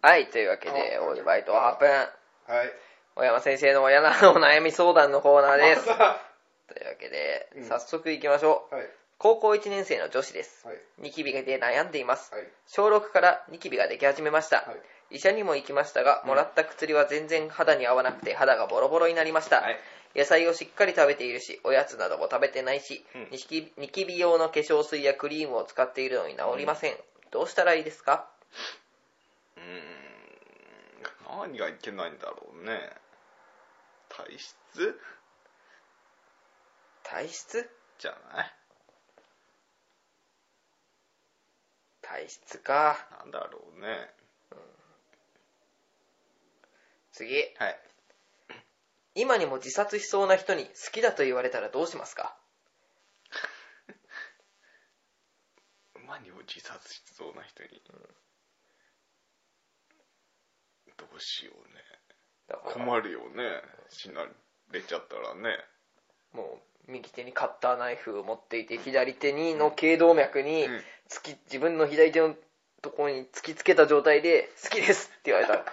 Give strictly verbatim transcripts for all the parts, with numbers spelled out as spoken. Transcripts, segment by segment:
はい、というわけで、オールバイトはっぷん。はい。小山先生の親なお悩み相談のコーナーです。というわけで、うん、早速行きましょう。はい、高校いちねん生の女子です。はい、ニキビで悩んでいます。はい、小ろくからニキビができ始めました。はい、医者にも行きましたが、もらった薬は全然肌に合わなくて肌がボロボロになりました。はい、野菜をしっかり食べているし、おやつなども食べてないし、うん、ニキビ、ニキビ用の化粧水やクリームを使っているのに治りません。うん、どうしたらいいですか？ うーん、何がいけないんだろうね。体質？ 体質？ じゃない？ 体質か。 なんだろうね。うん、 次。はい。今にも自殺しそうな人に好きだと言われたらどうしますか？ 今にも自殺しそうな人に、うん、どうしようね。困るよね。死なれちゃったらね。 もう右手にカッターナイフを持っていて、左手にの頸動脈に突き、自分の左手のところに突きつけた状態で好きですって言われたら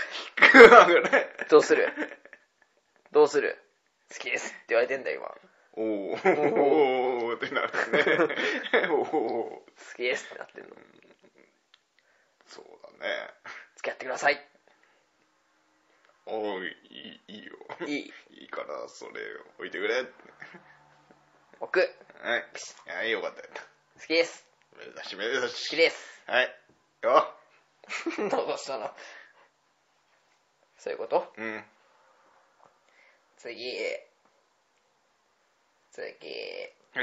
どうする？どうする？好きですって言われてんだよ今。 おーおーってなるね。おー好きですってなってんの。 そうだね。 付き合ってください。 おーいい、いいよ。 いい。 いいからそれ置いてくれ。 置く。 はい。はい、よかったよ。 好きです。 めでたしめでたし。 好きです。 はい。よ。 どうしたの？そういうこと？ うん。 次。次。 はい。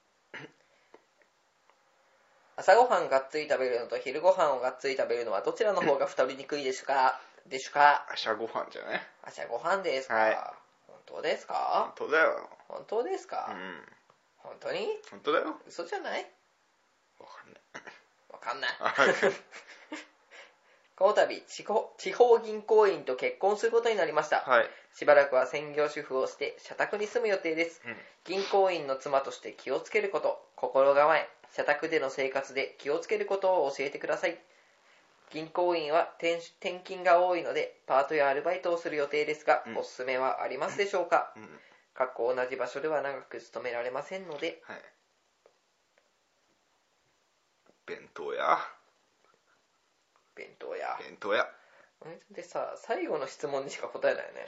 朝ごはんがっつり食べるのと昼ごはんをがっつり食べるのはどちらの方が太りにくいですか？でしゅか？ 朝ごはんじゃない？ 朝ごはんですか？ はい。 本当ですか？ 本当だよ。 本当ですか？うん。本当に？ 本当だよ。 嘘じゃない？ わかんない。 わかんない。この度地方、地方銀行員と結婚することになりました。はい。しばらくは専業主婦をして社宅に住む予定です。うん、銀行員の妻として気をつけること、心構え、社宅での生活で気をつけることを教えてください。銀行員は 転, 転勤が多いのでパートやアルバイトをする予定ですが、うん、おすすめはありますでしょうか？うん、かっこ同じ場所では長く勤められませんので、はい、 弁当屋弁当屋弁当屋でさ、最後の質問にしか答えないよね。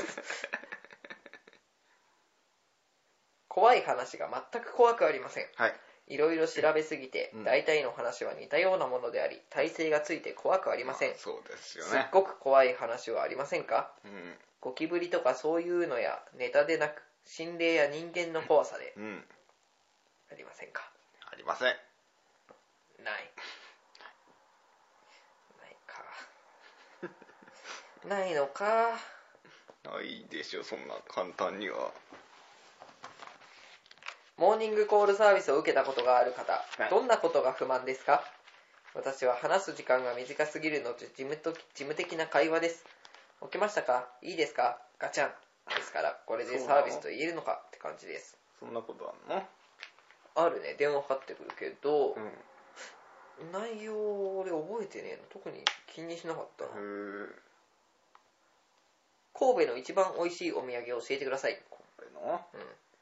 怖い話が全く怖くありません。はい。いろいろ調べすぎて、うん、大体の話は似たようなものであり、体勢がついて怖くありません。まあ、 そうですよね。 すっごく怖い話はありませんか？うん。ゴキブリとかそういうのやネタでなく、心霊や人間の怖さで、うん、ありませんか？ ありません。 ない。ないか。ないのか。 ないでしょ、そんな簡単には。 モーニングコールサービスを受けたことがある方、どんなことが不満ですか？私は話す時間が短すぎるので事務と事務的な会話です。起きましたか？いいですか？ガチャン。ですから、これでサービスと言えるのかって感じです。 そんなことあんの？ あるね、電話かかってくるけど、うん、内容俺覚えてねえの。特に気にしなかったな。へー。神戸の一番美味しいお土産を教えてください。 神戸の？うん。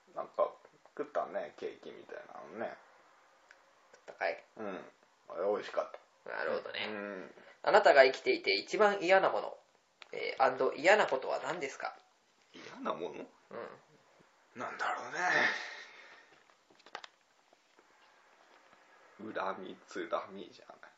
なんか食ったね、ケーキみたいなのね。 食ったかい？ うん。あれ美味しかった。 なるほどね。うん。あなたが生きていて一番嫌なもの、えー、アンド嫌なことは何ですか？ 嫌なもの？うん。なんだろうね。恨み、つらみじゃない。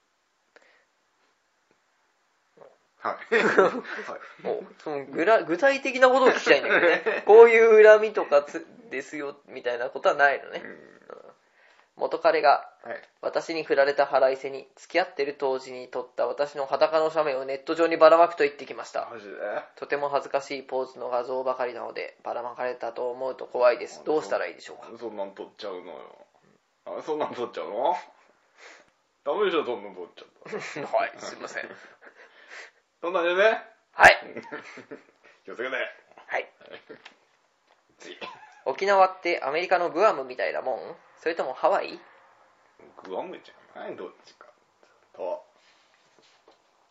はい。 はい、もうそのぐら具体的なことを聞きたいんだけどね。こういう恨みとかつですよみたいなことはないのね。うんうん、元彼が、はい、私に振られた腹いせに付き合ってる当時に撮った私の裸の写メをネット上にばらまくと言ってきました。 マジで？ とても恥ずかしいポーズの画像ばかりなのでばらまかれたと思うと怖いです。どうしたらいいでしょうか？ そんなん撮っちゃうのよ。あ、そんなん撮っちゃうの？ダメでしょ、そんなん撮っちゃった。 はい、すいません。 そんなんでね。 はい。 気をつけて。 はい。次。沖縄ってアメリカのグアムみたいなもん？それともハワイ？ グアムじゃない？どっちかと。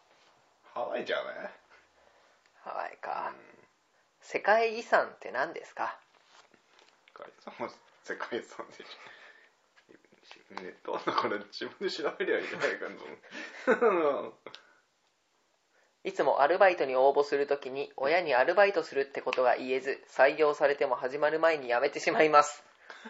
ワイじゃね。 ハワイか、うん、世界遺産って何ですか？ 世界遺産も世界遺産でしょ。ネットだから自分で調べりゃいいじゃないかな。 いつもアルバイトに応募するときに親にアルバイトするってことが言えず、採用されても始まる前に辞めてしまいます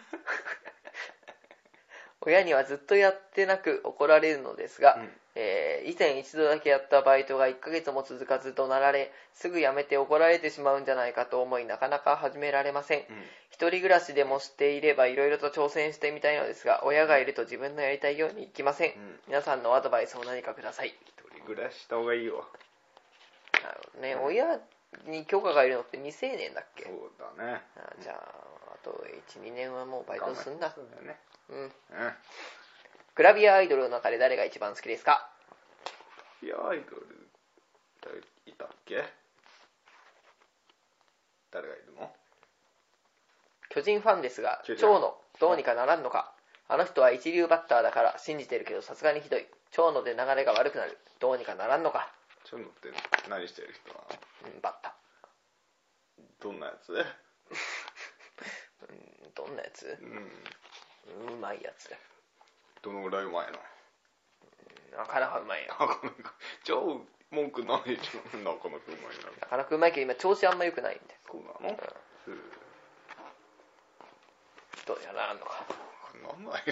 親にはずっとやってなく怒られるのですが、うんえー、以前一度だけやったバイトがいっかげつも続かず怒鳴られ、すぐ辞めて怒られてしまうんじゃないかと思い、なかなか始められません、うん、一人暮らしでもしていればいろいろと挑戦してみたいのですが、親がいると自分のやりたいようにいきません、うん、皆さんのアドバイスを何かください。 一人暮らしした方がいいよ。 なるほどね、うん、親に許可がいるのって未成年だっけ？ そうだね。 あじゃああと いちにねんはもうバイトすんだ。 そうだよね。 うん、うん、グラビアアイドルの中で誰が一番好きですか？ グラビアアイドル誰いたっけ？誰がいるの？ 巨人ファンですが、長野どうにかならんのか。あの人は一流バッターだから信じてるけどさすがにひどい。長野で流れが悪くなる。どうにかならんのか。 長野って何してる人は？ うん、バッター。どんなやつ？ どんなやつ？うん、うまいやつ。 どのぐらいうまいの？ なかなかうまいよ。 なかなかじゃあ文句ないじゃん。なかなかうまいな。 なかなかうまいけど今調子あんま良くないんで。 そうなの？うん。 どうにかならんのか。 なんない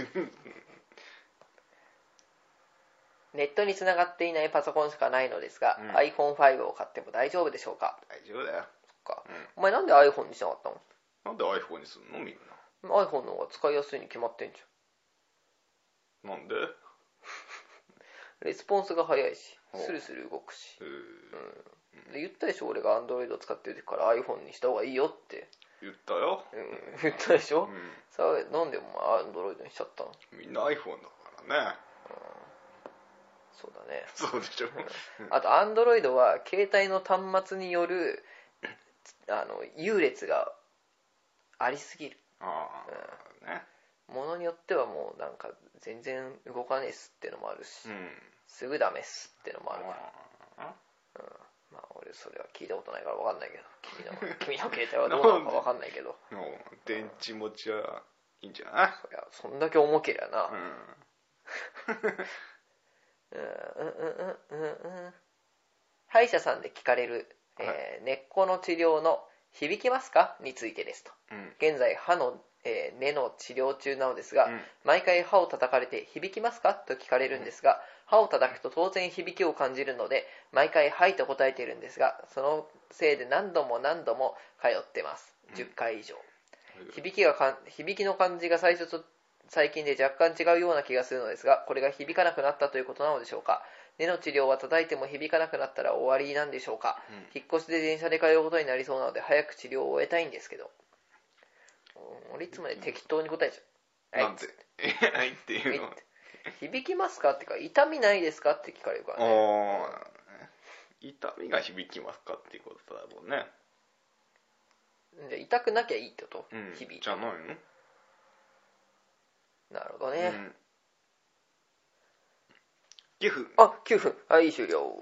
ネットにつながっていないパソコンしかないのですが、うん、アイフォンファイブ を買っても大丈夫でしょうか？ 大丈夫だよ。 そっか、うん、お前なんで iPhone にしなかったの？ なんで iPhone にすんのみんな。 iPhone の方が使いやすいに決まってんじゃん。なんで？ レスポンスが早いしスルスル動くし、うん、で言ったでしょ俺が Android を使ってる時から iPhone にした方がいいよって言ったよ、 うん、言ったでしょ、うん、さあなんでお前 Android にしちゃったの？ みんな iPhone だからね、うん、 そうだね。 そうでしょあと Android は携帯の端末によるあの優劣がありすぎる。 ああ、うん、ね。 ものによってはもうなんか全然動かねえっすってのもあるし、うん、すぐダメっすってのもあるから、うん、まあ俺それは聞いたことないから分かんないけど、君の君の携帯はどうなのか分かんないけど電池持ちはいいんじゃない？ そりゃそんだけ重けりゃな、うんうんうんうんうん。歯医者さんで聞かれる、えーはい、根っこの治療の響きますかについてですと、うん、現在歯の、えー、根の治療中なのですが、うん、毎回歯を叩かれて響きますかと聞かれるんですが、うん、歯を叩くと当然響きを感じるので毎回はいと答えているんですが、そのせいで何度も何度も通ってます。じゅっかい以上、うん、響きがかん響きの感じが最初と最近で若干違うような気がするのですが、これが響かなくなったということなのでしょうか？根の治療は叩いても響かなくなったら終わりなんでしょうか？うん、引っ越しで電車で通うことになりそうなので早く治療を終えたいんですけど。俺いつまで適当に答えちゃう。なんてはいっていうの響きますかってか痛みないですかって聞かれるからね。 痛みが響きますかっていうことだろうね。 じゃあ痛くなきゃいいってこと、 うん、響いじゃないの？ なるほどね、うん、 きゅうふん。 あ、きゅうふん。はい、終了。